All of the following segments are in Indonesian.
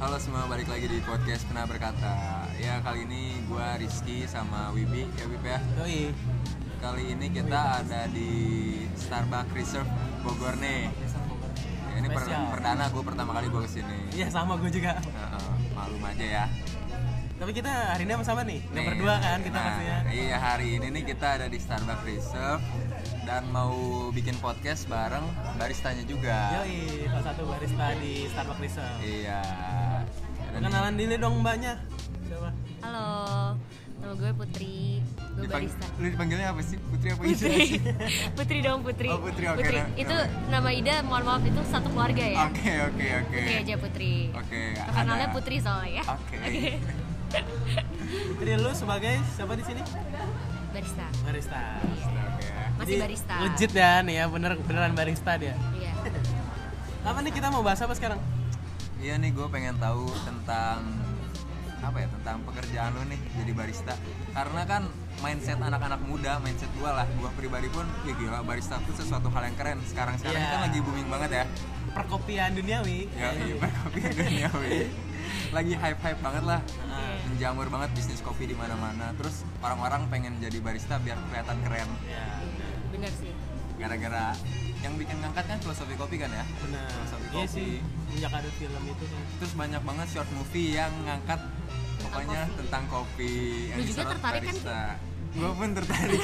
Halo semua, balik lagi di podcast Pernah Berkata. Ya, kali ini gue Rizky sama Wibi, ya Wib ya. Yoi. Kali ini kita ada di Starbucks Reserve Bogor nih. Ya, ini perdana pertama kali gue kesini. Iya, sama gue juga. Malum aja ya. Tapi kita hari ini sama nih, yang berdua kan kita pastinya. Iya, hari ini nih kita ada di Starbucks Reserve dan mau bikin podcast bareng baristanya juga. Yoi, salah satu barista di Starbucks Reserve. Iya. Kenalan diri dong mbaknya. Siapa? Halo, nama gue Putri, gue barista. Lu dipanggilnya apa sih? Putri apa Putri. Ida? Putri dong, Putri. Oh, Putri, oke. Putri. Itu nama Ida, mohon maaf, itu satu keluarga ya. Oke. Oke aja Putri. Oke. Terkenalnya Putri soalnya ya. Oke. Putri, lu sebagai siapa di sini? Barista. Barista. Oke. Masih Jadi, barista. legit ya nih ya, beneran barista dia. Iya. Apa nih kita mau bahas apa sekarang? Iya nih, gue pengen tahu tentang tentang pekerjaan lo nih jadi barista. Karena kan mindset anak-anak muda, mindset gue lah, gue pribadi pun ya gila, barista itu sesuatu hal yang keren. Sekarang Yeah. kan lagi booming banget ya. Perkopian duniawi. Ya, iya, perkopian duniawi. Lagi hype banget lah. Menjamur banget bisnis kopi di mana-mana. Terus orang-orang pengen jadi barista biar kelihatan keren. Ya, Bener sih. Gara-gara yang bikin ngangkat kan filosofi kopi kan ya. benar. Filosofi Iya kopi. sih, sejak ada film itu kan. Terus banyak banget short movie yang ngangkat pokoknya kopi. tentang kopi. Lu juga tertarik kan? Gue pun tertarik.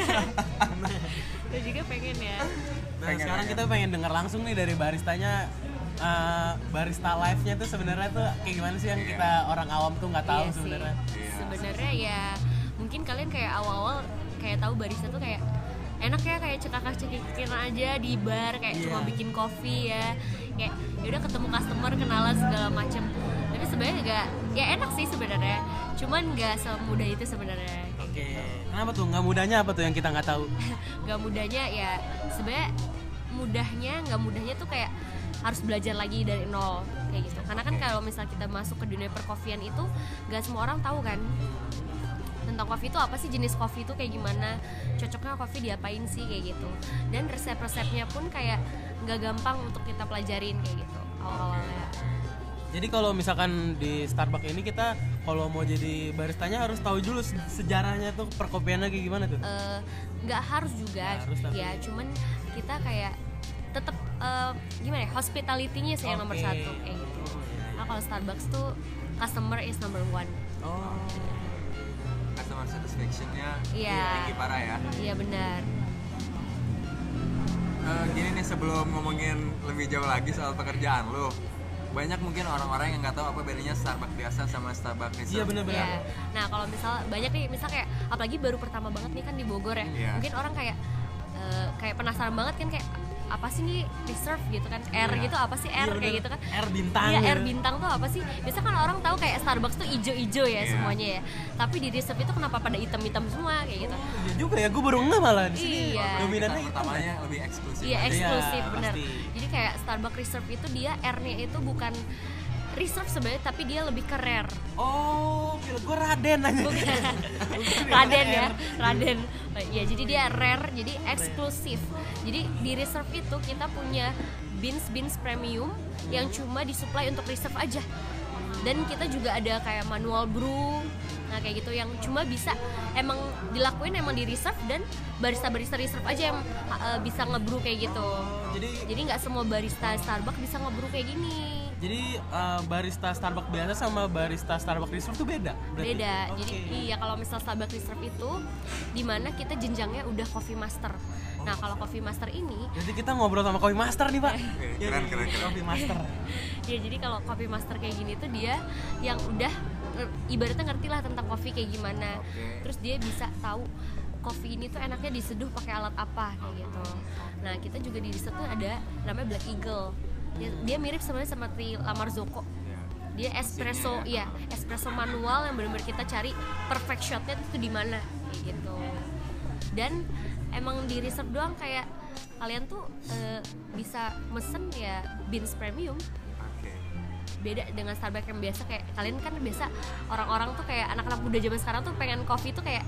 Lu juga pengen ya. Nah, Pengen, sekarang pengen. kita pengen dengar langsung nih dari baristanya. Barista live-nya tuh sebenarnya tuh kayak gimana sih yang Iya. kita orang awam tuh nggak tahu Iya sih. sebenarnya. Iya. Sebenarnya ya mungkin kalian kayak awal-awal kayak tahu barista tuh kayak enak ya, kayak cekakak-cekikin aja di bar kayak Iya. cuma bikin kopi ya, kayak udah ketemu customer, kenalan segala macem. Tapi sebenarnya nggak, ya enak sih sebenarnya, cuman nggak semudah itu sebenarnya. Oke. Kenapa tuh? Nggak mudahnya apa tuh yang kita nggak tahu? Nggak mudahnya ya sebenarnya nggak mudahnya tuh kayak harus belajar lagi dari nol kayak gitu. Karena kan kalau misal kita masuk ke dunia perkopian itu nggak semua orang tahu kan tentang kopi itu apa sih, jenis kopi itu kayak gimana, cocoknya kopi diapain sih kayak gitu. Dan resep-resepnya pun kayak nggak gampang untuk kita pelajarin kayak gitu awal-awalnya. Jadi kalau misalkan di Starbucks ini kita kalau mau jadi baristanya harus tahu dulu sejarahnya tuh perkopiannya kayak gimana tuh? Nggak harus juga Nggak harus, tapi- ya, cuman kita kayak tetap gimana ya, hospitality-nya sih yang nomor Oke. satu kayak gitu. Nah kalau Starbucks tuh customer is number one. Oh. Customer satisfaction-nya Iya. tinggi parah ya. Iya benar. Gini nih, sebelum ngomongin lebih jauh lagi soal pekerjaan lo, banyak mungkin orang-orang yang nggak tahu apa bedanya Starbucks biasa sama Starbucks Reserve. Iya benar-benar. Iya. Nah kalau misal banyak nih, misal kayak apalagi baru pertama banget nih kan di Bogor ya, Iya. mungkin orang kayak penasaran banget kan, kayak apa sih nih reserve gitu kan, R gitu apa sih R Iya, kayak bener. gitu kan. R bintang Iya, gitu. R bintang tuh apa sih? Biasa kan orang tahu kayak Starbucks tuh ijo-ijo ya Iya. semuanya ya. Tapi di reserve itu kenapa pada hitam-hitam semua kayak gitu? Iya juga ya, gue baru ngeh malah di sini. Iya. Dominannya Kesan itu. pertamanya lebih eksklusif. Iya, aja. eksklusif Iya, bener. pasti. Jadi kayak Starbucks Reserve itu dia R-nya itu bukan reserve sebenarnya, tapi dia lebih ke rare. Oh, kira gue Raden aja. Raden ya, Raden. Ya jadi dia rare, jadi eksklusif. Jadi di reserve itu kita punya beans premium yang cuma disuplai untuk reserve aja. Dan kita juga ada kayak manual brew, nah kayak gitu yang cuma bisa emang dilakuin emang di reserve, dan barista reserve aja yang bisa ngebrew kayak gitu. Jadi nggak semua barista Starbucks bisa ngebrew kayak gini. Jadi barista Starbucks biasa sama barista Starbucks Reserve tuh beda? Berarti? Beda. Oke. Jadi iya, kalau misal Starbucks Reserve itu dimana kita jenjangnya udah coffee master. Nah kalau coffee master ini Jadi kita ngobrol sama Coffee Master nih, Pak. Oke, keren. Coffee Master. ya jadi kalau coffee master kayak gini tuh dia yang udah ibaratnya ngerti lah tentang kopi kayak gimana. Oke. Terus dia bisa tahu kopi ini tuh enaknya diseduh pakai alat apa kayak gitu. Nah kita juga di research tuh ada namanya Black Eagle. Dia mirip sebenarnya seperti La Marzocco. Dia espresso, Mesinnya ya. espresso manual yang benar-benar kita cari perfect shotnya itu di mana kayak gitu. Dan emang di reserve doang kayak kalian tuh bisa mesen ya beans premium. Oke. Beda dengan Starbucks yang biasa, kayak kalian kan biasa orang-orang tuh kayak anak-anak muda zaman sekarang tuh pengen kopi tuh kayak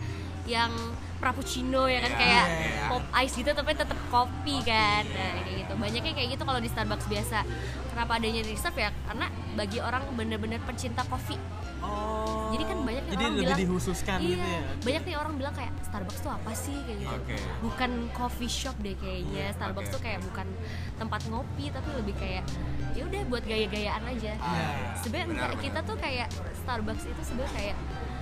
yang frappuccino ya kan, Iya, kayak iya. pop ice gitu tapi tetap kopi kan. Nah kayak gitu, banyaknya kayak gitu kalau di Starbucks biasa. Kenapa adanya reserve ya, karena bagi orang bener-bener pencinta kopi. Oh. Jadi kan banyak nih Jadi orang lebih bilang dihususkan iya, gitu ya. banyak nih orang bilang kayak Starbucks tuh apa sih kayak gitu. Oke. Bukan coffee shop deh kayaknya. Starbucks Oke, tuh kayak oke. bukan tempat ngopi tapi lebih kayak ya udah buat gaya-gayaan aja. Iya. Sebenarnya Benar, enggak, kita benar. tuh kayak Starbucks itu sebenarnya kayak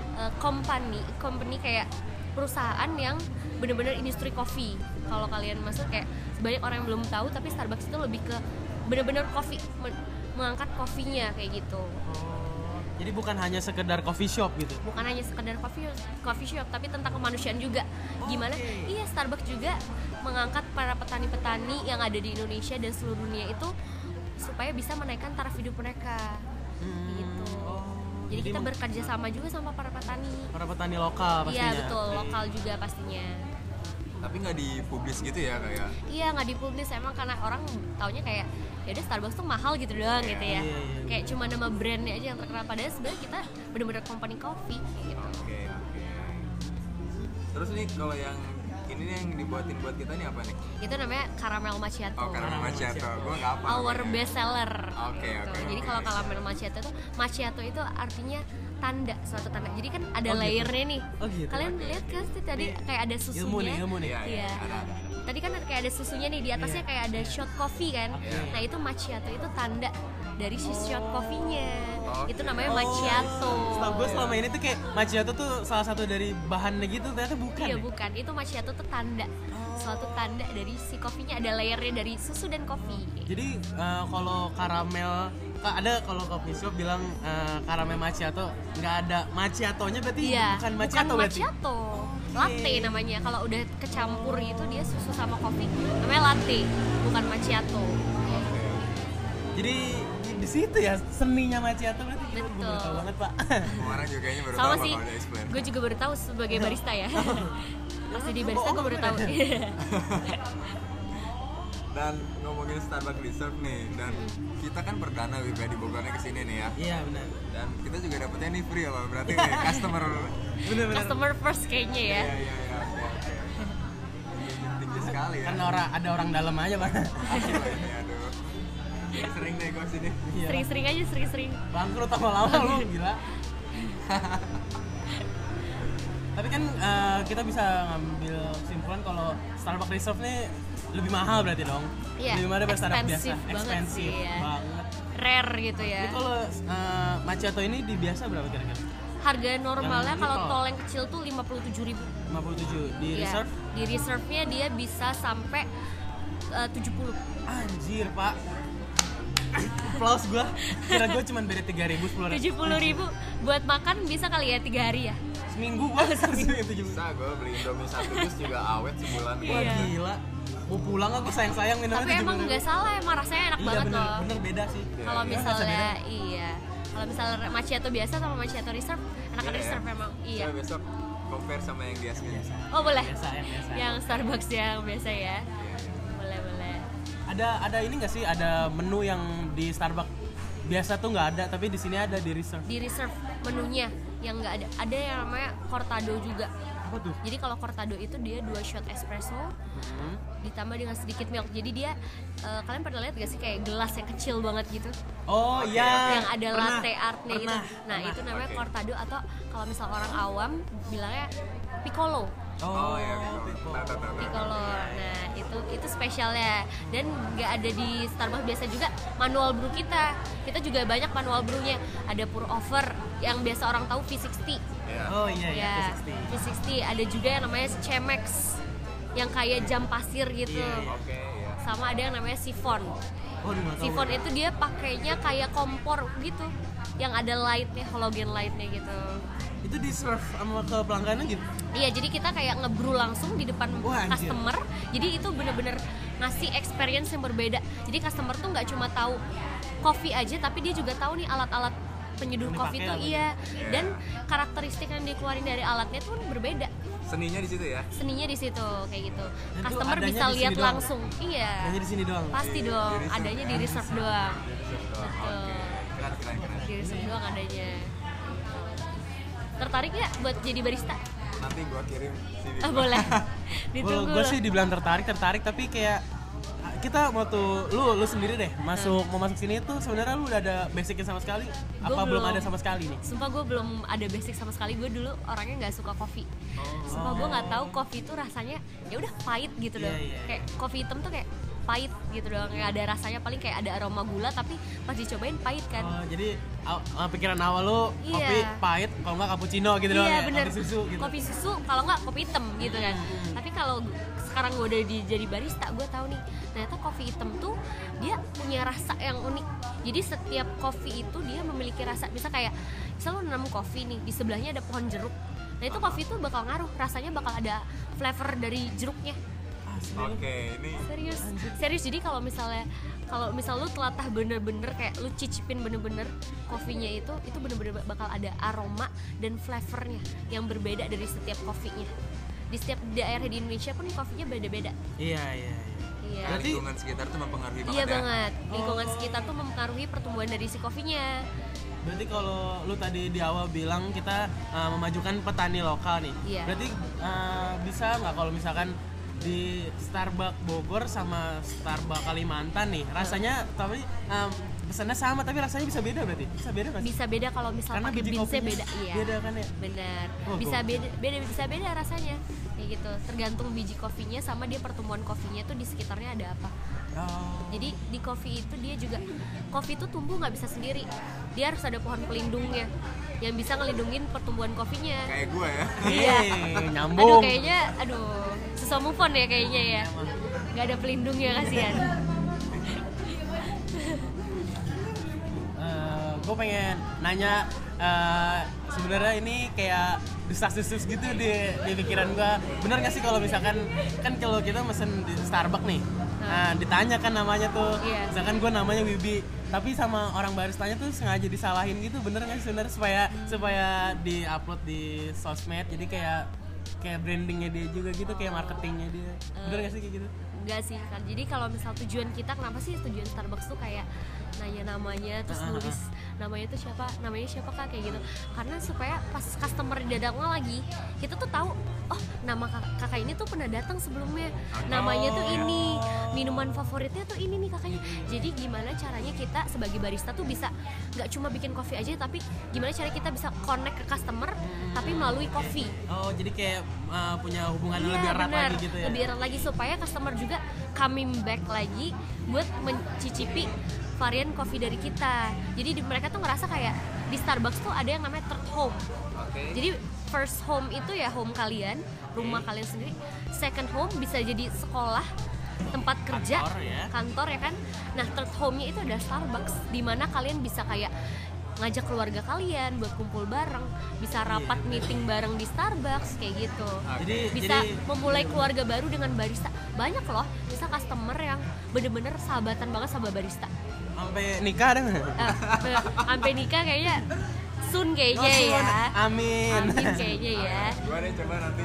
company kayak perusahaan yang bener-bener industri kopi. Kalau kalian masuk kayak banyak orang yang belum tahu, tapi Starbucks itu lebih ke bener-bener kopi, mengangkat kopinya kayak gitu. Oh. Jadi bukan hanya sekedar coffee shop gitu. Bukan hanya sekedar coffee shop tapi tentang kemanusiaan juga. Gimana? Iya, Starbucks juga mengangkat para petani-petani yang ada di Indonesia dan seluruh dunia itu supaya bisa menaikkan taraf hidup mereka. Gitu. Jadi kita bekerja sama juga sama para petani. Para petani lokal pastinya. Iya betul, lokal juga pastinya. Tapi nggak dipublis gitu ya kayak. Iya nggak dipublis emang karena orang taunya kayak ya udah Starbucks tuh mahal gitu doang gitu ya. Iya, iya. Kayak cuma nama brandnya aja yang terkenal, padahal sebenarnya kita bener-bener company coffee kayak gitu. Oke. Terus nih kalau yang ini nih yang dibuatin buat kita nih apa nih? Itu namanya caramel macchiato. Oh, caramel macchiato. Gue nggak apa. Our best seller. Oke, gitu. oke, Jadi oke. kalau caramel macchiato itu artinya tanda, suatu tanda. Jadi kan ada Oh, gitu. layernya nih. Oh, gitu. Kalian lihat kan sih tadi kayak ada susunya. Ilmu nih. Iya, Iya. ada. Tadi kan kayak ada susunya nih, di atasnya kayak ada shot coffee kan. Nah itu macchiato itu tanda dari si shot coffee-nya. Oke. Itu namanya macchiato. Setahu gue selama ini tuh kayak macchiato tuh salah satu dari bahannya gitu, ternyata bukan. Iya ya? bukan, itu macchiato tuh tanda. Suatu tanda dari si kopinya, ada layernya dari susu dan kopi. Jadi kalau karamel ada, kalau coffee shop bilang karamel macchiato, nggak ada macchiatonya berarti Iya, bukan macchiato berarti. macchiato. Latte namanya. Kalau udah kecampur gitu dia susu sama kopi namanya latte, bukan macchiato. Jadi di situ ya seninya macchiato berarti. Gue Betul. baru tahu banget, Pak. Orang juga kayaknya baru Sama tahu sih, kalau udah explain. gue juga baru tahu sebagai barista ya. Pas jadi barista gue baru tahu. Dan ngomongin Starbucks Reserve nih, dan kita kan perdana di Bogornya kesini nih ya. Iya benar. Dan kita juga dapetnya nih free ya, Pak. Berarti nih customer. Benar. Customer first kayaknya ya. Iya. Oke. Tinggi sekali ya. Karena ada orang dalam aja, Pak. Asli loh ini, aduh. Sering deh gue sini. Iya. Sering-sering aja, sering-sering. Bangkrut lama-lama lu, gila. Tapi kan kita bisa ngambil kesimpulan kalau Starbucks Reserve nih lebih mahal berarti dong. Iya, Lebih mahal daripada Starbucks biasa. expensive banget Expensive sih, ya. banget. Rare gitu ya. Jadi kalau macchiato ini di biasa berapa kira-kira? Harga normalnya Yang kalau tol. tol yang kecil tuh 57.000. 57 di Iya. reserve. Di reserve-nya dia bisa sampai 70. Anjir, Pak. Applause gua. Kira gua cuma beda 3.000 10.000. 70.000 buat makan bisa kali ya 3 hari ya. Seminggu gua seminggu 70. Bisa gue beli Indomie satu dus juga awet sebulan. Wah, Iya. gila. Mau pulang aku sayang-sayang minumnya. Tapi emang 70.000. nggak salah, emang rasanya enak Iya banget bener, loh. bener beda sih. Kalau Iya, misalnya kalau misalnya macchiato biasa sama macchiato reserve, enakan Iya, ya. reserve memang. Iya. Saya besok compare sama yang di Asmin. Oh boleh. Biasa ya, biasa. Yang Starbucks yang biasa ya. Iya. Boleh. Ada ini nggak sih, ada menu yang di Starbucks biasa tuh nggak ada, tapi di sini ada di reserve. Di reserve menunya yang nggak ada. Ada yang namanya cortado juga. Apa tuh? Jadi kalau cortado itu dia 2 shot espresso ditambah dengan sedikit milk. Jadi dia kalian pernah lihat gak sih kayak gelas yang kecil banget gitu? Oh Oke, iya. Yang ada Pernah, latte artnya gitu. pernah, Nah, pernah. itu namanya Oke. cortado, atau kalau misal orang awam bilangnya piccolo. Oh ya, Piccolo. Nah, itu spesialnya. Dan nggak ada di Starbucks biasa juga manual brew kita. Kita juga banyak manual brewnya. Ada pour over yang biasa orang tahu V60. Iya. Oh iya Ya, V60. Ada juga yang namanya Chemex yang kayak jam pasir gitu. Iya, iya. Oke, ya. Sama ada yang namanya siphon. Oh, di mana tahu. Siphon itu dia pakainya kayak kompor gitu, yang ada lightnya, halogen lightnya gitu. Itu di serve sama ke pelanggannya gitu. Iya, jadi kita kayak ngebrew langsung di depan Wah, anjir. customer. Jadi itu bener-bener ngasih experience yang berbeda. Jadi customer tuh nggak cuma tahu kopi aja, tapi dia juga tahu nih alat-alat penyeduh Yang kopi dipakai itu apa iya. Dan karakteristik yang dikeluarin dari alatnya tuh berbeda. Seninya di situ ya. Seninya di situ kayak gitu. itu Customer adanya bisa di sini lihat doang? langsung. Iya. Hanya di sini doang. Pasti dong, Di reserve. adanya di reserve doang. Oke. Keren. Di reserve doang adanya. Tertarik nggak buat jadi barista? nanti gua kirim CV. Boleh. Ditunggu. Gue sih dibilang tertarik tapi kayak kita mau tuh lu sendiri deh mau masuk sini tuh sebenarnya lu udah ada basicnya sama sekali apa belum ada sama sekali nih? Sumpah gue belum ada basic sama sekali. Gue dulu orangnya nggak suka kopi. Sumpah gue nggak tahu kopi itu rasanya ya udah pahit gitu doang. Kayak kopi hitam tuh kayak pahit gitu doang. Nggak ada rasanya, paling kayak ada aroma gula tapi pas dicobain pahit kan. Jadi pikiran awal lu kopi pahit kalau nggak cappuccino gitu doang ya? Bener. Kopi susu gitu. Kopi susu kalau nggak kopi hitam gitu kan. Tapi kalau sekarang gue udah jadi barista, gue tahu nih ternyata kopi hitam tuh dia punya rasa yang unik. Jadi setiap kopi itu dia memiliki rasa. Misal lu nanam kopi nih, di sebelahnya ada pohon jeruk. Nah itu kopi itu bakal ngaruh, rasanya bakal ada flavor dari jeruknya. Oke, ini Serius. Jadi kalau misal lu telatah bener-bener kayak lu cicipin bener-bener kopinya itu bener-bener bakal ada aroma dan flavornya yang berbeda dari setiap kopinya. Di setiap daerah di Indonesia pun kopinya beda-beda. Iya. Berarti lingkungan sekitar tuh mempengaruhi banget. Iya banget. Lingkungan sekitar tuh mempengaruhi pertumbuhan dari si kopinya. Berarti kalau lu tadi di awal bilang kita memajukan petani lokal nih. Iya. Berarti bisa nggak kalau misalkan di Starbucks Bogor sama Starbucks Kalimantan nih rasanya tapi pesannya sama tapi rasanya bisa beda berarti? Bisa beda nggak sih? Bisa beda kalau misal Karena pakai biji beansnya kopinya beda. Iya. beda kan ya? Benar. Oh, Bisa beda rasanya. Kayak gitu. Tergantung biji kopinya sama dia pertumbuhan kopinya tuh di sekitarnya ada apa. Jadi di kopi itu dia juga kopi itu tumbuh nggak bisa sendiri. Dia harus ada pohon pelindungnya yang bisa ngelindungin pertumbuhan kopinya. Kayak gue ya. Iya. Nyambung. Aduh, susah move on ya kayaknya ya. Gak ada pelindungnya, kasihan. Gue pengen nanya sebenarnya ini kayak desas-desus gitu di pikiran gue. Benar nggak sih kalau misalkan kan kalau kita mesen di Starbucks nih, nah ditanya kan namanya tuh, misalkan gue namanya Wibi, tapi sama orang baristanya tuh sengaja disalahin gitu, bener nggak sih sebenarnya supaya di-upload di sosmed, jadi kayak brandingnya dia juga gitu, kayak marketingnya dia, bener nggak sih kayak gitu? Enggak sih kan, jadi kalau misal tujuan kita, kenapa sih tujuan Starbucks tuh kayak nanya namanya terus nulis namanya siapa kak kayak gitu, karena supaya pas customer datangnya lagi kita tuh tahu oh nama kakak ini tuh pernah datang sebelumnya, namanya tuh ini, minuman favoritnya tuh ini nih kakaknya. Jadi gimana caranya kita sebagai barista tuh bisa nggak cuma bikin kopi aja, tapi gimana caranya kita bisa connect ke customer tapi melalui kopi. Oh jadi kayak punya hubungan lebih erat lagi gitu ya? Lebih erat lagi supaya customer juga coming back lagi buat mencicipi varian kopi dari kita. Jadi mereka tuh ngerasa kayak di Starbucks tuh ada yang namanya third home. Jadi first home itu ya home kalian, rumah kalian sendiri. Second home bisa jadi sekolah, tempat kerja, kantor ya kan. Nah third home-nya itu ada Starbucks, di mana kalian bisa kayak ngajak keluarga kalian buat kumpul bareng, bisa rapat meeting bareng di Starbucks kayak gitu. Bisa memulai keluarga baru dengan barista. Banyak loh, bisa customer yang bener-bener sahabatan banget sama barista. Sampai nikah ada nggak? Sampai nikah kayaknya soon kayaknya ya. Amin kayaknya ya. Gua deh coba nanti.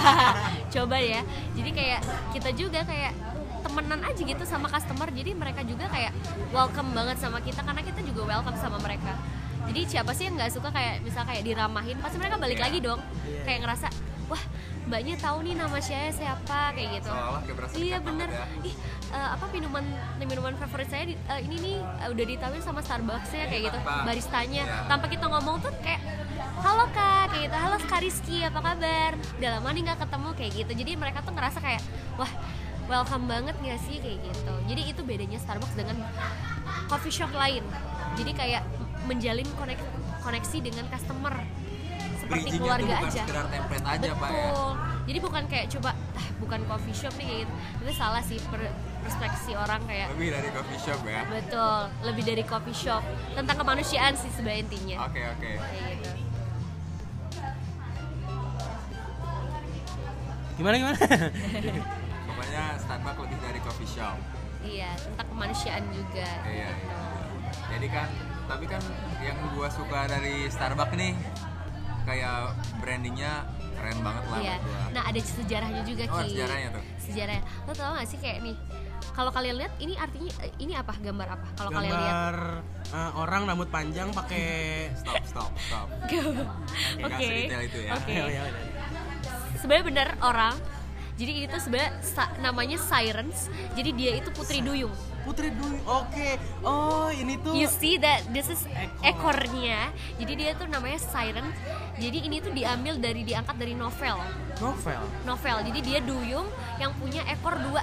Coba ya. Jadi kayak kita juga kayak temenan aja gitu sama customer, jadi mereka juga kayak welcome banget sama kita karena kita juga welcome sama mereka. Jadi siapa sih yang nggak suka kayak misal kayak diramahin, pasti mereka balik lagi dong. Kayak ngerasa wah mbaknya tahu nih nama saya siapa kayak gitu. Iya bener. Apa minuman favorit saya ini nih udah ditawarin sama Starbucks ya kayak gitu, baristanya tanpa kita ngomong tuh kayak halo kak kayak gitu, halo Kak Rizky apa kabar, udah lama nih nggak ketemu kayak gitu. Jadi mereka tuh ngerasa kayak wah welcome banget nggak sih kayak gitu. Jadi itu bedanya Starbucks dengan coffee shop lain. Jadi kayak menjalin koneksi dengan customer seperti keluarga aja. Sekedar template aja. Betul. Pak ya. Jadi bukan kayak coba bukan coffee shop nih kayak gitu. Itu salah sih perspektif orang kayak. Lebih dari coffee shop ya. Betul, lebih dari coffee shop. Tentang kemanusiaan sih sebenarnya intinya. Oke. Kayak gitu. Gimana? Pokoknya Starbucks lebih dari coffee shop. Iya, tentang kemanusiaan juga. Iya. Jadi kan, tapi kan yang gua suka dari Starbucks nih kayak brandingnya keren banget lah. Iya. Nah ada sejarahnya juga Ki. Sejarahnya tuh. Sejarahnya. Lo tau gak sih kayak nih? Kalau kalian lihat ini artinya ini apa? Gambar apa? Kalau kalian lihat? Gambar orang rambut panjang pakai Stop. Oke. Detail itu ya. Oke. sebenarnya bener orang. Jadi ini tuh sebenarnya namanya Sirens. Jadi dia itu putri duyung. Putri Duyung. Oke. Oh, ini tuh You see that this is ekornya. Jadi dia tuh namanya Sirens. Jadi ini tuh diangkat dari novel. novel. Jadi dia duyung yang punya ekor 2.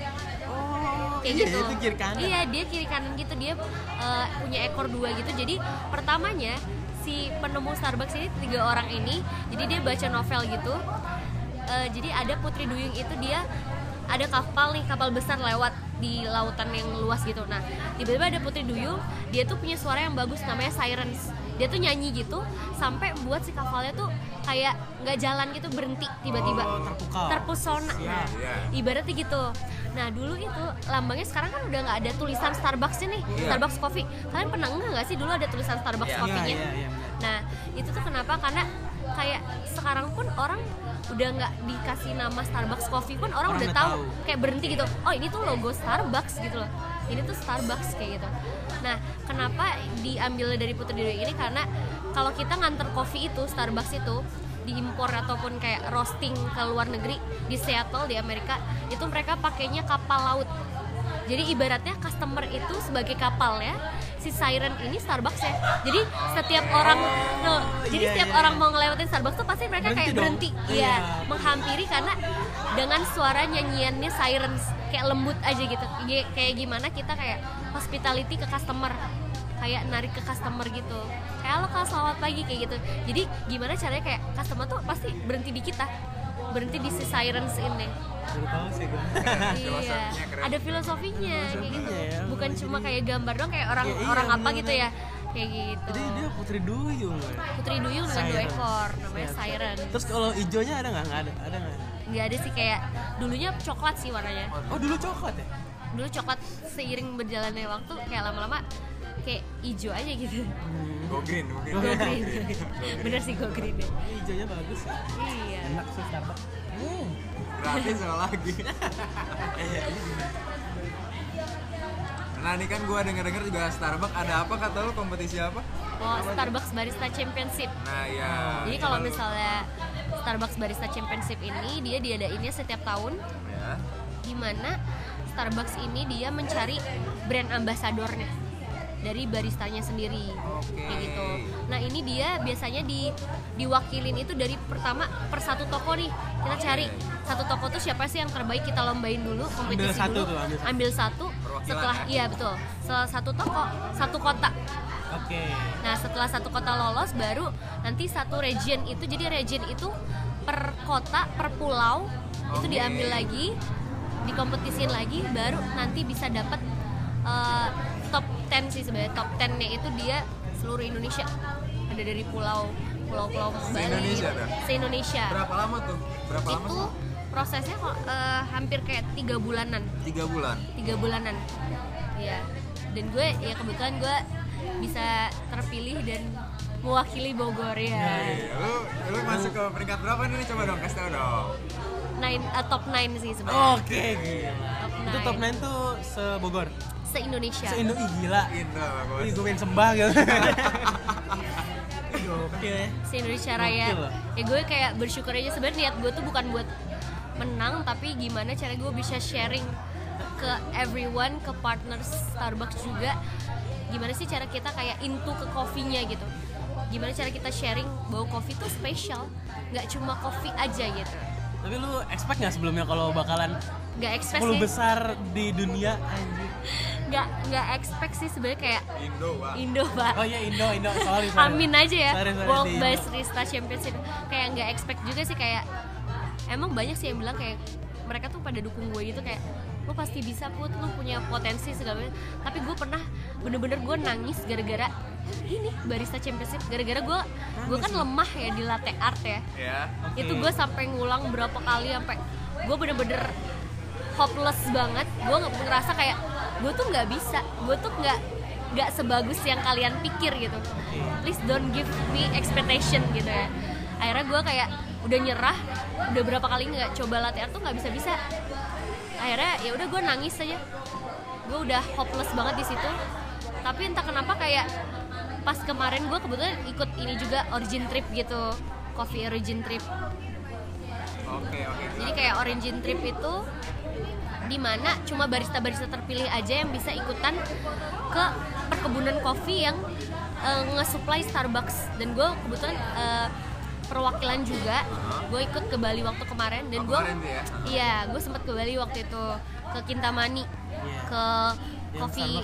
Oh, Kayak iya, gitu. itu kiri kanan. Iya, dia kiri kanan gitu. Dia punya ekor 2 gitu. Jadi pertamanya si penemu Starbucks ini 3 orang ini. Jadi dia baca novel gitu. Jadi ada putri duyung itu, dia ada kapal besar lewat di lautan yang luas gitu. Nah, tiba-tiba ada putri duyung, dia tuh punya suara yang bagus namanya Sirens. Dia tuh nyanyi gitu sampai buat si kapalnya tuh kayak nggak jalan gitu, berhenti tiba-tiba. Terpukau. Terpesona. Nah, ibaratnya gitu. Nah, dulu itu lambangnya, sekarang kan udah nggak ada tulisan Starbucks nih, Starbucks Coffee. Kalian pernah nggak sih dulu ada tulisan Starbucks Coffee-nya? Iya. Nah, itu tuh kenapa? Karena kayak sekarang pun orang udah nggak dikasih nama Starbucks Coffee pun orang udah tahu, kayak berhenti gitu. Oh, ini tuh logo Starbucks gitu loh. Ini tuh Starbucks kayak gitu. Nah, kenapa diambil dari putri duyung ini? Karena kalau kita nganter kopi itu, Starbucks itu diimpor ataupun kayak roasting ke luar negeri, di Seattle di Amerika, itu mereka pakainya kapal laut. Jadi ibaratnya customer itu sebagai kapal ya, si Siren ini Starbucks ya. Jadi setiap orang setiap orang mau ngelewatin Starbucks tuh pasti mereka kayak berhenti. Iya, menghampiri karena dengan suara nyanyiannya Sirens kayak lembut aja gitu. Kayak gimana kita kayak hospitality ke customer, kayak narik ke customer gitu. Kayak halo Kak, selamat pagi kayak gitu. Jadi gimana caranya kayak customer tuh pasti berhenti di kita, berhenti di si Sirens ini. Baru tahu sih gue. Iya, ada filosofinya kayak gitu. ya. Bukan cuma kayak gambar doang kayak orang apa gitu ya. Kayak gitu. Jadi dia putri duyung. Putri duyung dengan 2 Sirens. ekor, namanya Siren. Terus kalau hijaunya ada nggak? Nggak ada nggak? Nggak ada sih, kayak dulunya coklat sih warnanya. Oh, dulu coklat ya? Dulu coklat, seiring berjalannya waktu kayak lama-lama kayak hijau aja gitu. Go green. Go green. Bener sih, go green deh. Hijaunya bagus ya. Iya. Enak sih Starbucks. Gratis sama lagi. Nah, ini kan gue denger juga Starbucks ada apa, kata lo kompetisi apa? Oh, Starbucks Barista Championship. Nah, ya. Jadi kalau misalnya Starbucks Barista Championship ini dia diadainnya setiap tahun, Ya. dimana Starbucks ini dia mencari brand ambasadornya dari baristanya sendiri. Kayak gitu. Nah, ini dia biasanya diwakilin itu dari pertama per satu toko nih. Kita cari satu toko tuh siapa sih yang terbaik, kita lombain dulu, kompetisi dulu. Ambil satu. Setelah betul. Setelah satu toko, satu kota. Oke. Nah, setelah satu kota lolos, baru nanti satu region itu, jadi region itu per kota, per pulau itu diambil lagi, dikompetisin lagi, baru nanti bisa dapat top 10 sih sebenarnya. Top 10-nya itu dia seluruh Indonesia. Ada dari pulau Bali. Se-Indonesia dah? Se-Indonesia. Berapa lama tuh? Itu prosesnya kok hampir kayak 3 bulanan. 3 bulan. 3 bulanan. Iya. Dan gue ya kebetulan gue bisa terpilih dan mewakili Bogor ya. Lu masuk ke peringkat berapa nih? Coba dong, kasih tau dong. Top 9 sih sebenarnya. Oke, gila. Itu top 9 tuh se-Bogor. Se-Indonesia. Gila. Indo, bagus. Ih, gue main sembah gitu. Oke. Se-Indonesia Raya. Gokil. Ya gue kayak bersyukur aja, sebenarnya niat gue tuh bukan buat menang, tapi gimana cara gue bisa sharing ke everyone, ke partners Starbucks juga. Gimana sih cara kita kayak into ke kopinya gitu. Gimana cara kita sharing bahwa kopi tuh spesial, nggak cuma kopi aja gitu. Tapi lu expect nggak sebelumnya kalau bakalan Nggak expect 10 sih. besar di dunia anjir? Nggak expect sih sebenarnya, kayak Indo, Pak. Oh iya, Indo. Sorry. Amin aja ya. Sorry, World di Indo. Barista Championship. Kayak nggak expect juga sih, kayak emang banyak sih yang bilang kayak mereka tuh pada dukung gue gitu, kayak lu pasti bisa Put, lu punya potensi segala macam. Tapi gue pernah bener-bener gue nangis gara-gara ini Barista Championship, gara-gara gue kan lemah ya di latte art ya. Okay. Itu gue sampai ngulang berapa kali, sampai gue bener-bener hopeless banget. Gue ngerasa kayak gue tuh nggak bisa, gue tuh nggak sebagus yang kalian pikir gitu. Please don't give me expectation gitu ya. Akhirnya gue kayak udah nyerah, udah berapa kali nggak coba latte art tuh nggak bisa. Akhirnya ya udah gue nangis aja, gue udah hopeless banget di situ. Tapi entah kenapa kayak pas kemarin gue kebetulan ikut ini juga origin trip gitu, coffee origin trip. Oke. Jadi kayak Origin Trip itu dimana cuma barista-barista terpilih aja yang bisa ikutan ke perkebunan kopi yang nge-supply Starbucks. Dan gue kebetulan perwakilan juga, gue ikut ke Bali waktu kemarin. Dan gue ya? iya, gue sempat ke Bali waktu itu, ke Kintamani, ke kopi,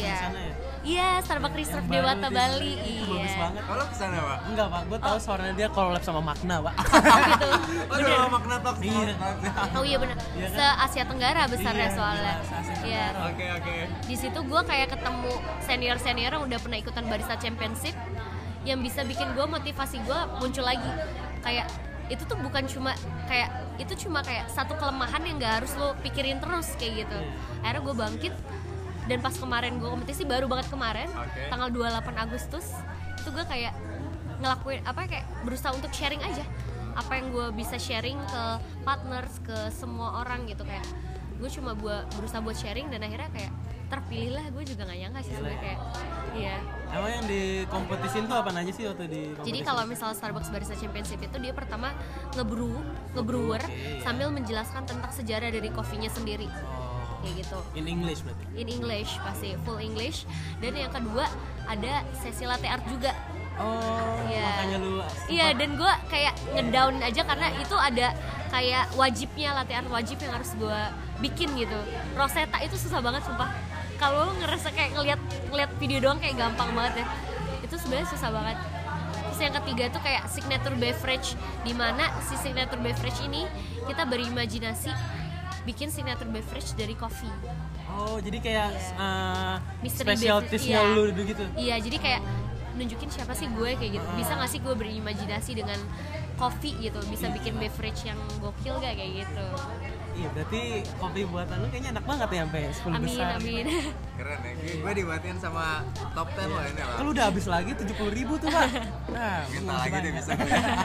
iya Starbucks Reserve Dewata Bali, Bagus banget. Kalau kesana Pak? Enggak Pak, gue tahu soalnya dia collab sama Makna Pak. gitu. Aduh, makna talk. Oh iya benar. Iya kan? Se Asia Tenggara besarnya Iya, soalnya. jelas, Asia Iya. Oke. Di situ gue kayak ketemu senior yang udah pernah ikutan Barista Championship, yang bisa bikin gue motivasi gue muncul lagi. Kayak itu tuh bukan cuma kayak satu kelemahan yang nggak harus lo pikirin terus kayak gitu. Akhirnya gue bangkit. Dan pas kemarin gue kompetisi, baru banget kemarin, tanggal 28 Agustus, itu gue kayak ngelakuin kayak berusaha untuk sharing aja apa yang gue bisa sharing ke partners, ke semua orang gitu. Kayak gue cuma berusaha buat sharing, dan akhirnya kayak terpilih lah. Gue juga nggak nyangka sih sebenarnya, kayak iya. Emang yang di kompetisiin tuh apa aja sih waktu di kompetisi? Jadi kalau misal Starbucks Barista Championship itu dia pertama ngebrewer sambil menjelaskan tentang sejarah dari kopinya sendiri. Kayak gitu. In English berarti? In English, pasti full English. Dan yang kedua ada sesi latte art juga. Makanya lu Iya, dan gue kayak ngedown aja karena itu ada kayak wajibnya, latte art wajib yang harus gue bikin gitu. Rosetta itu susah banget sumpah. Kalau lu ngerasa kayak ngeliat video doang kayak gampang banget ya. Itu sebenarnya susah banget. Terus yang ketiga tuh kayak signature beverage, dimana si signature beverage ini kita berimajinasi bikin signature beverage dari kopi. Oh, jadi kayak Mystery specialtiesnya lu gitu? Iya, jadi kayak nunjukin siapa sih gue kayak gitu. Bisa gak sih gue berimajinasi dengan kopi gitu, bisa bikin beverage yang gokil gak kayak gitu. Iya, berarti kopi buatan lu kayaknya enak banget ya sampai 10 besar. Amin. Keren ya, gue dibuatin sama top 10 loh ini Pak. Kalau udah habis lagi 70.000 tuh Pak. Nah, Minta lagi deh bisa.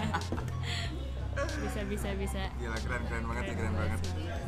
Bisa. Gila, keren banget sih, keren banget.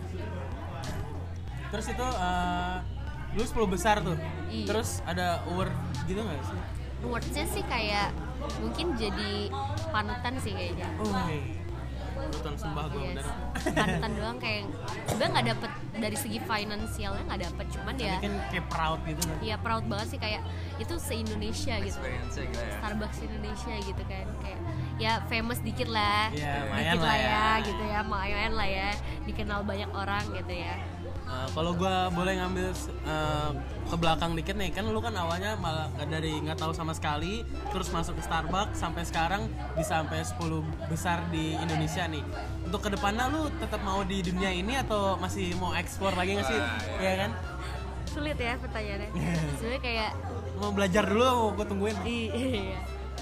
Terus itu lu 10 besar tuh. Iya. Terus ada award gitu nggak sih? Awards-nya sih kayak mungkin jadi panutan sih kayaknya. Panutan sembah gue bener. Panutan doang, kayak gue nggak dapet dari segi finansialnya, nggak dapet, cuman ya Kan kayak proud gitu kan. iya proud banget sih, kayak itu se-Indonesia gitu. Experience-nya gila ya. Starbucks Indonesia gitu kan, kayak ya famous dikit lah. Iya, lumayan dikit lah lah ya. ya gitu ya, lumayan lah ya, dikenal banyak orang gitu ya. Kalau gue boleh ngambil ke belakang dikit nih, kan lu kan awalnya malah dari nggak tahu sama sekali, terus masuk ke Starbucks sampai sekarang bisa sampai 10 besar di Indonesia nih. Untuk kedepannya lu tetap mau di dunia ini atau masih mau explore lagi nggak sih? Iya kan? Sulit ya pertanyaannya. Sebenarnya kayak Mau belajar dulu, mau gue tungguin. iya.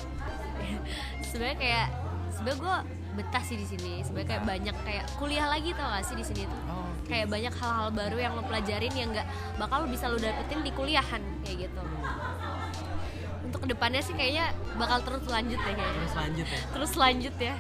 Sebenarnya gue betah sih di sini. Sebenarnya kayak banyak kayak kuliah lagi, tau gak sih di sini tuh. Kayak banyak hal-hal baru yang lo pelajarin yang nggak bakal bisa lo dapetin di kuliahan kayak gitu. Untuk kedepannya sih kayaknya bakal terus lanjut deh kayaknya. Terus lanjut ya.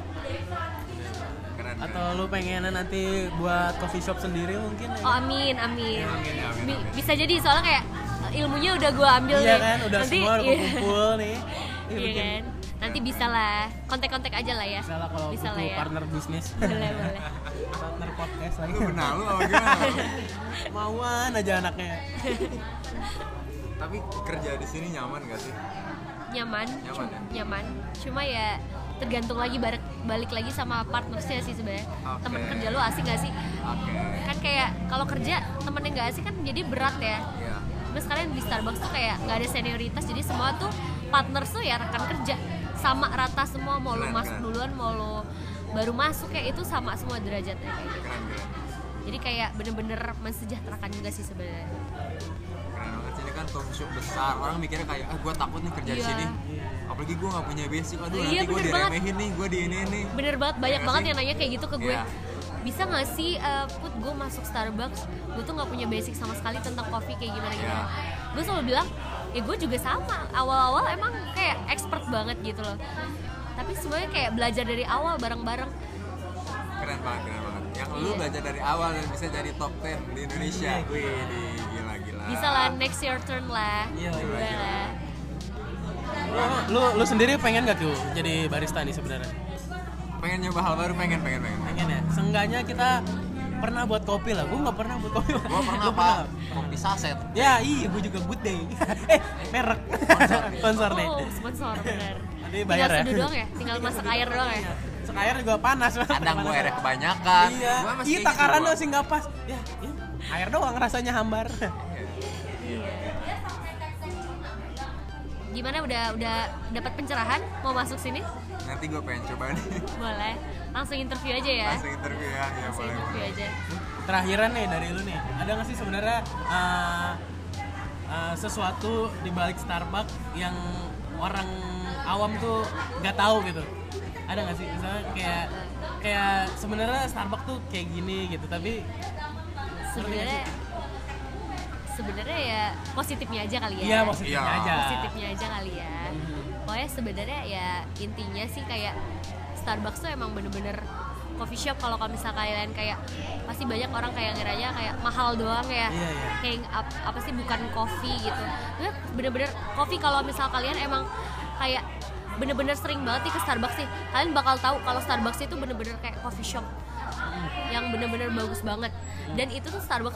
Keren. Atau lu pengen nanti buat coffee shop sendiri mungkin? Oh amin. Bisa jadi soalnya kayak ilmunya udah gue ambil Iya nih. kan, udah Nanti, semua udah kumpul nih. Iya kan. Nanti bisa lah, kontak-kontak aja lah ya. Misalnya kalau Bisa lah butuh ya. partner bisnis. Boleh. Partner podcast lagi. Lu benar lu apa gimana? Mauan aja anaknya. Tapi kerja di sini nyaman gak sih? Nyaman Nyaman ya? Nyaman. Cuma ya tergantung lagi balik lagi sama partnersnya sih sebenarnya. Temen kerja lu asik gak sih? Kan kayak kalau kerja temennya gak asik kan jadi berat ya. Iya. Terus kalian di Starbucks tuh kayak gak ada senioritas, jadi semua tuh partners tuh ya rekan kerja, sama rata semua, mau lo masuk duluan, mau lo baru masuk, kayak itu sama semua derajatnya kayak gitu. Keren. Jadi kayak bener-bener mensejahterakan juga sih sebenarnya. Keren banget sih, ini kan coffee shop besar. Orang mikirnya kayak, gue takut nih kerja di Iya. sini. Apalagi gue gak punya basic, aduh Iya, nanti gue bener banget. diremehin nih, gue di ini nih. Bener banget, banyak Iya banget sih? yang nanya kayak gitu ke gue. Iya. Bisa gak sih Put, gue masuk Starbucks, gue tuh gak punya basic sama sekali tentang kopi kayak gimana. Gue selalu bilang, ya gue juga sama, awal-awal emang kayak expert banget gitu loh. Tapi semuanya kayak belajar dari awal bareng-bareng. Keren banget. Yang lu belajar dari awal dan bisa jadi top 10 di Indonesia. Wih, gila. Bisa lah, next your turn lah. Iya, Udah lah. Lu sendiri pengen gak tuh jadi barista nih sebenarnya? pengen nyoba hal baru, pengen. Pengen ya. Seenggaknya kita pernah buat kopi lah. Gue nggak pernah buat kopi. Gua pernah apa? Kopi saset. Ya iya, gue juga Good Day. Merek. Sponsor nih. Oh, sponsor benar. Nanti Tinggal bayar ya. seduh doang ya, tinggal masak air doang ya. Masak air juga panas. Kadang gua airnya kebanyakan. Iya. Gua masih Iya, kayak takaran gitu, sih nggak pas. Ya, air doang rasanya hambar. Gimana udah dapat pencerahan mau masuk sini? Nanti gua pengen coba nih. Boleh. Langsung interview aja ya. Langsung interview ya. Ya Langsung boleh. interview aja. Terakhiran nih dari lu nih, ada nggak sih sebenarnya sesuatu di balik Starbucks yang orang awam tuh nggak tahu gitu? Ada nggak sih misalnya kayak sebenarnya Starbucks tuh kayak gini gitu, tapi sebenarnya ya positifnya aja kali ya. iya positifnya Iya. aja. Positifnya aja kali ya. Pokoknya sebenarnya ya intinya sih kayak Starbucks tuh emang bener-bener coffee shop. Kalau misal kalian kayak pasti banyak orang kayak ngiranya kayak mahal doang ya. Iya. Kayak apa sih bukan coffee gitu. Itu bener-bener coffee. Kalau misal kalian emang kayak bener-bener sering banget nih ke Starbucks sih, kalian bakal tahu kalau Starbucks itu bener-bener kayak coffee shop yang bener-bener bagus banget. Dan itu tuh Starbucks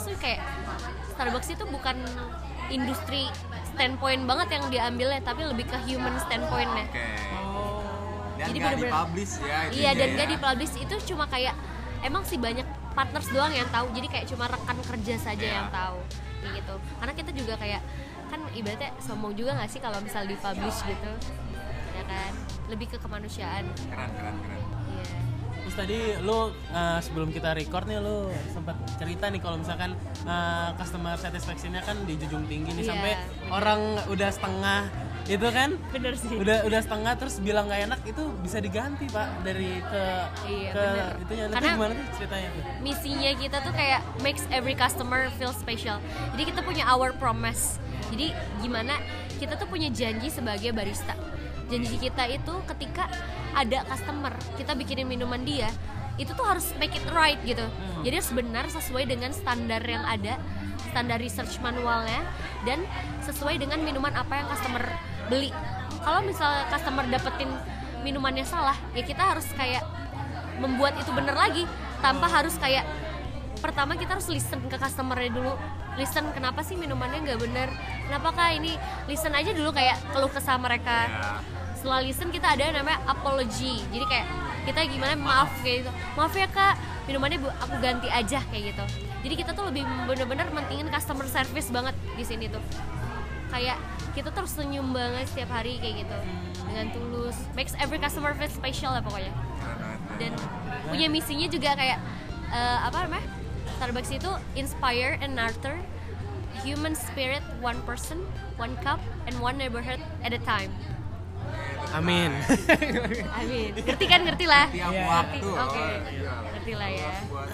itu bukan industri standpoint banget yang diambilnya, tapi lebih ke human standpointnya. Oke. Dan Jadi nggak bener-bener- dipublish ya. Iya, dan nggak gak dipublish itu cuma kayak emang sih banyak partners doang yang tahu. Jadi kayak cuma rekan kerja saja Iya. yang tahu kayak gitu. Karena kita juga kayak kan ibaratnya sombong juga nggak sih kalau misal dipublish gitu, ya kan? Lebih ke kemanusiaan. Keren. Iya. Terus tadi lu sebelum kita record nih lu sempat cerita nih kalau misalkan customer satisfaction-nya kan di junjung tinggi nih, Iya, sampai bener. orang udah setengah itu kan, Bener sih. udah setengah terus bilang nggak enak, itu bisa diganti Pak dari Iya, ke bener. itunya. Nanti Karena- gimana tuh ceritanya tuh? Misinya kita tuh kayak makes every customer feel special. Jadi kita punya our promise. Jadi gimana kita tuh punya janji sebagai barista. Janji kita itu ketika ada customer, kita bikinin minuman dia, itu tuh harus make it right gitu. Jadi harus benar sesuai dengan standar yang ada, standar research manualnya, dan sesuai dengan minuman apa yang customer beli. Kalau misalnya customer dapetin minumannya salah, ya kita harus kayak membuat itu bener lagi, tanpa harus kayak pertama kita harus listen ke customernya dulu, listen kenapa sih minumannya nggak bener, kenapa kak ini, listen aja dulu kayak keluh kesah mereka. Setelah listen kita ada yang namanya apology, jadi kayak kita gimana maaf kayak gitu, maaf ya kak minumannya aku ganti aja kayak gitu. Jadi kita tuh lebih bener-bener mentingin customer service banget di sini tuh, kayak kita terus senyum banget setiap hari kayak gitu dengan tulus, makes every customer feel special lah pokoknya. Dan punya misinya juga kayak apa namanya, Starbucks itu inspire and nurture human spirit, one person, one cup, and one neighborhood at a time. Amin. Amin. Ngerti lah. Tiap Iya. waktu. Oke. Iya. Ngerti lah ya.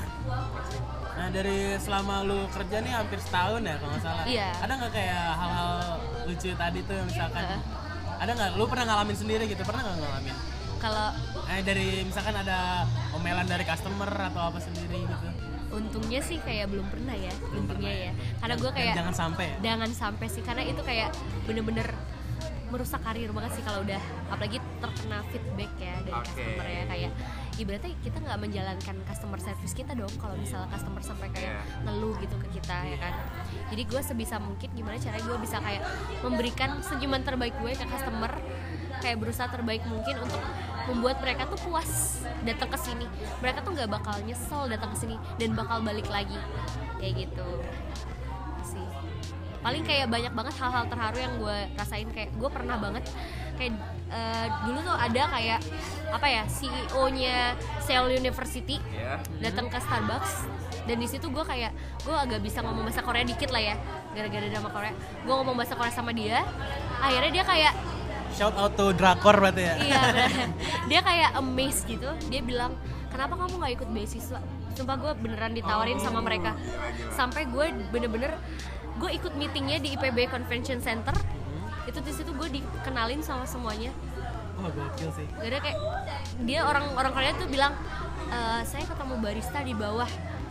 Nah dari selama lu kerja nih hampir setahun ya kalau nggak salah. Iya. Ada nggak kayak hal-hal lucu tadi tuh yang misalkan Heeh. ada nggak? Lu pernah ngalamin sendiri gitu? Pernah nggak ngalamin? Kalau Dari misalkan ada omelan dari customer atau apa sendiri gitu? untungnya sih kayak belum pernah ya, untungnya ya. Karena gue Dan kayak jangan sampai ya? jangan sampai sih, karena itu kayak bener-bener merusak karir banget sih kalau udah apalagi terkena feedback ya dari Oke. customer ya, kayak ibaratnya kita nggak menjalankan customer service kita dong kalau misalnya customer sampai kayak ngeluh gitu ke kita ya kan. Jadi gue sebisa mungkin gimana caranya gue bisa kayak memberikan senyuman terbaik gue ke customer, kayak berusaha terbaik mungkin untuk membuat mereka tuh puas datang ke sini. Mereka tuh nggak bakal nyesel datang ke sini dan bakal balik lagi kayak gitu sih. Paling kayak banyak banget hal-hal terharu yang gue rasain, kayak gue pernah banget kayak dulu tuh ada kayak apa ya, CEO-nya Seoul University datang ke Starbucks, dan di situ gue kayak gue agak bisa ngomong bahasa Korea dikit lah ya, gara-gara drama Korea gue ngomong bahasa Korea sama dia. Akhirnya dia kayak Shout out to Drakor berarti ya? iya bener. Dia kayak amazed gitu, dia bilang kenapa kamu nggak ikut beasiswa. Sumpah gue beneran ditawarin sama mereka, sampai gue bener-bener gue ikut meetingnya di IPB Convention Center. Itu di situ gue dikenalin sama semuanya. Oh gokil sih. Gara kayak dia orang Korea tuh bilang saya ketemu barista di bawah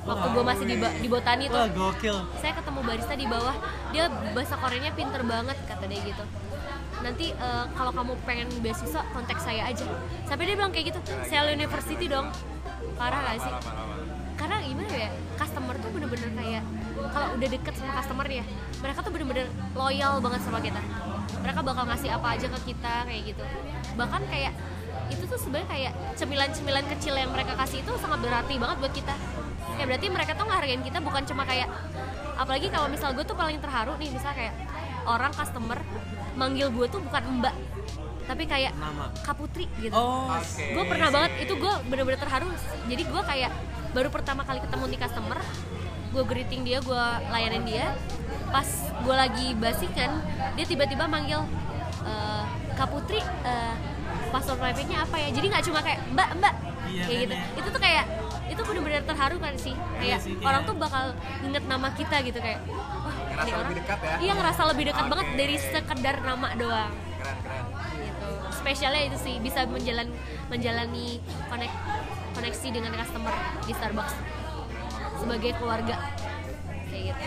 waktu gue masih di Botani tuh. Wah, gokil. Saya ketemu barista di bawah, dia bahasa Koreanya pinter banget kata dia gitu. Nanti kalau kamu pengen beasiswa kontak saya aja. Sampai dia bilang kayak gitu, Seoul University dong. Parah gak sih? Karena gimana ya, customer tuh bener-bener kayak kalau udah deket sama customer ya, mereka tuh bener-bener loyal banget sama kita. Mereka bakal ngasih apa aja ke kita kayak gitu. Bahkan kayak itu tuh sebenarnya kayak cemilan-cemilan kecil yang mereka kasih itu sangat berarti banget buat kita. Ya berarti mereka tuh ngehargain kita bukan cuma kayak, apalagi kalau misal gue tuh paling terharu nih, misal kayak orang customer manggil gue tuh bukan Mbak, tapi kayak Nama. Kak Putri gitu. Oke. Gue pernah banget, itu gue bener-bener terharu. Jadi gue kayak baru pertama kali ketemu nih customer, gue greeting dia, gue layanin dia. Pas gue lagi basikan, dia tiba-tiba manggil Kak Putri, password wifi-nya apa ya? Jadi nggak cuma kayak Mbak Iya, kayak gitu. kan, ya. Itu tuh kayak itu bener-bener terharu kan sih. Kayak sih, kayak- orang tuh bakal inget nama kita gitu kayak. Wah, Ngerasa ini orang- lebih dekat ya? Iya, ngerasa lebih dekat Oke. banget dari sekedar nama doang. Keren. Gitu. Spesialnya itu sih bisa menjalani koneksi dengan customer di Starbucks sebagai keluarga kayak gitu.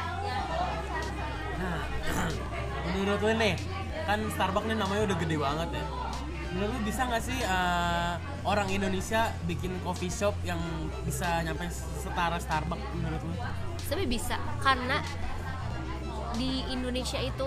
Nah, menurut lu nih, kan Starbucks nih namanya udah gede banget ya. Menurut lu bisa nggak sih orang Indonesia bikin coffee shop yang bisa nyampe setara Starbucks menurut lu? Tapi bisa, karena di Indonesia itu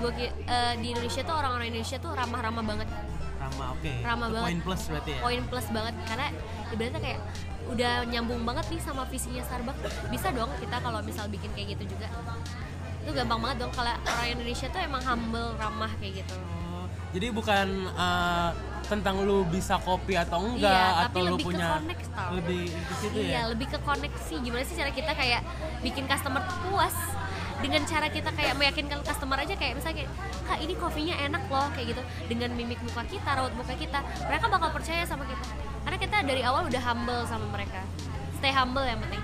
di Indonesia tuh orang-orang Indonesia tuh ramah-ramah banget. Ramah, oke. Ramah Itu banget. Poin plus berarti ya. Poin plus banget karena ibaratnya kayak udah nyambung banget nih sama visinya Starbucks. Bisa dong kita kalau misal bikin kayak gitu juga. Itu gampang banget dong kalau orang Indonesia tuh emang humble, ramah kayak gitu. Oh, jadi bukan tentang lu bisa kopi atau enggak, Iya, tapi atau lu lebih ke punya connect tau. lebih ke situ Iya, ya. lebih ke koneksi. Gimana sih cara kita kayak bikin customer puas dengan cara kita kayak meyakinkan customer aja kayak misalnya kayak, Kak ini kopinya enak loh kayak gitu. Dengan mimik muka kita, raut muka kita, mereka bakal percaya sama kita. Karena kita dari awal udah humble sama mereka. Stay humble yang penting.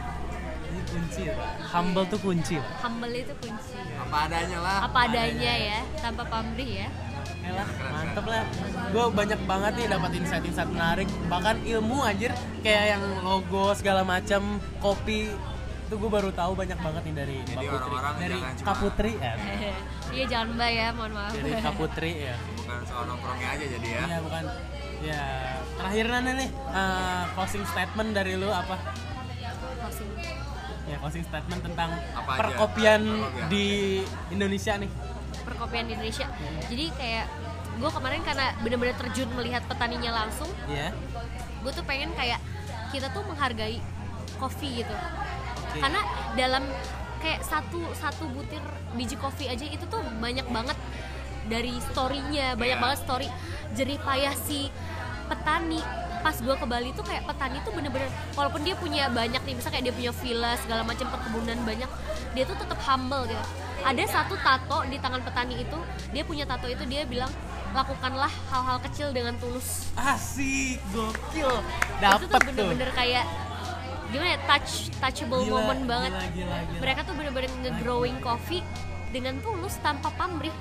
Ini kunci ya. Humble tuh kunci lah. Humble itu kunci. Apa adanya lah. Apa adanya ya, tanpa pamrih ya. Elah, mantep lah. Gue banyak banget nih dapat insight-insight menarik. Bahkan ilmu anjir kayak yang logo segala macam, kopi itu gue baru tahu banyak banget nih dari Jadi Mbak Putri. orang-orang Dari jangan cuma- Kak Putri ya. Iya jangan mbak ya, mohon maaf. Dari Kak Putri ya. Bukan soal nongkrongnya aja jadi ya. Iya bukan. Ya terakhir Nana nih closing statement dari lu apa? Closing. Ya closing statement tentang Apa aja? perkopian Perkopian. di Indonesia nih. Perkopian di Indonesia. Jadi kayak gue kemarin karena bener-bener terjun melihat petaninya langsung, Iya. gue tuh pengen kayak kita tuh menghargai kopi gitu. Oke. Karena dalam kayak satu butir biji kopi aja itu tuh banyak banget dari story-nya, banyak Iya. banget story jerih payah si petani. Pas gue ke Bali tuh kayak petani tuh bener-bener walaupun dia punya banyak nih, misalnya kayak dia punya villa segala macam perkebunan banyak, dia tuh tetap humble gitu. Ada satu tato di tangan petani itu, dia punya tato itu, dia bilang lakukanlah hal-hal kecil dengan tulus. Asik, gokil. Itu Dapet tuh tuh. bener-bener kayak gimana ya, touchable Gila, moment banget. Gila. Mereka tuh bener-bener nge-growing coffee dengan tulus tanpa pamrih.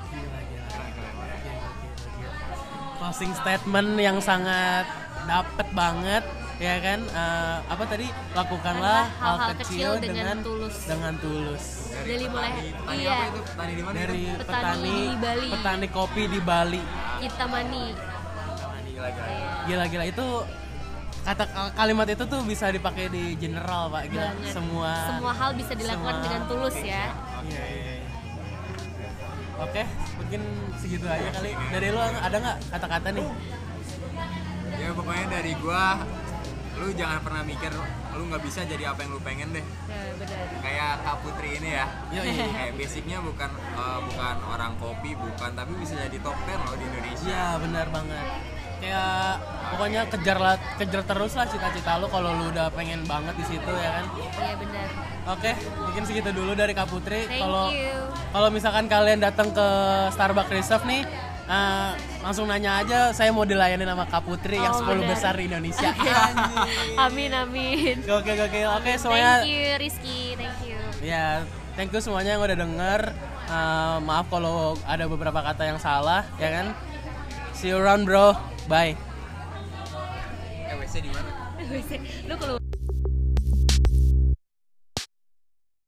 Closing statement yang sangat dapet banget ya kan. Apa tadi, lakukanlah hal kecil dengan tulus Dari mulai Petani iya, apa itu? Petani di mana? dari itu? Petani di Bali. petani kopi di Bali. kita mani. Petani gila-gila. Gila itu kalimat itu tuh bisa dipakai di general Pak, gila. Banget. Semua Semua hal bisa dilakukan semua- dengan tulus ya. Iya. Oke, mungkin segitu aja kali. Dari lu ada nggak kata-kata nih? Ya pokoknya dari gua, lu jangan pernah mikir lu nggak bisa jadi apa yang lu pengen deh. Ya, benar. Kayak Kak Putri ini ya. Yoi. Kayak basicnya bukan orang kopi, bukan, tapi bisa jadi top 10 loh di Indonesia. Iya, benar banget. Kayak pokoknya kejar terus lah cita-cita lu kalau lu udah pengen banget di situ ya kan. Iya benar. Oke, mungkin segitu dulu dari Kak Putri. Thank Kalau you. kalau misalkan kalian datang ke Starbucks Reserve nih, langsung nanya aja, saya mau dilayani sama Kak Putri yang Oh, 10 benar. besar di Indonesia. Amin amin. Oke, oke semuanya. Thank you Rizky, thank you. Ya, thank you semuanya yang udah denger. Maaf kalau ada beberapa kata yang salah, ya kan. See you around bro, bye. WC di mana? Lu keluar.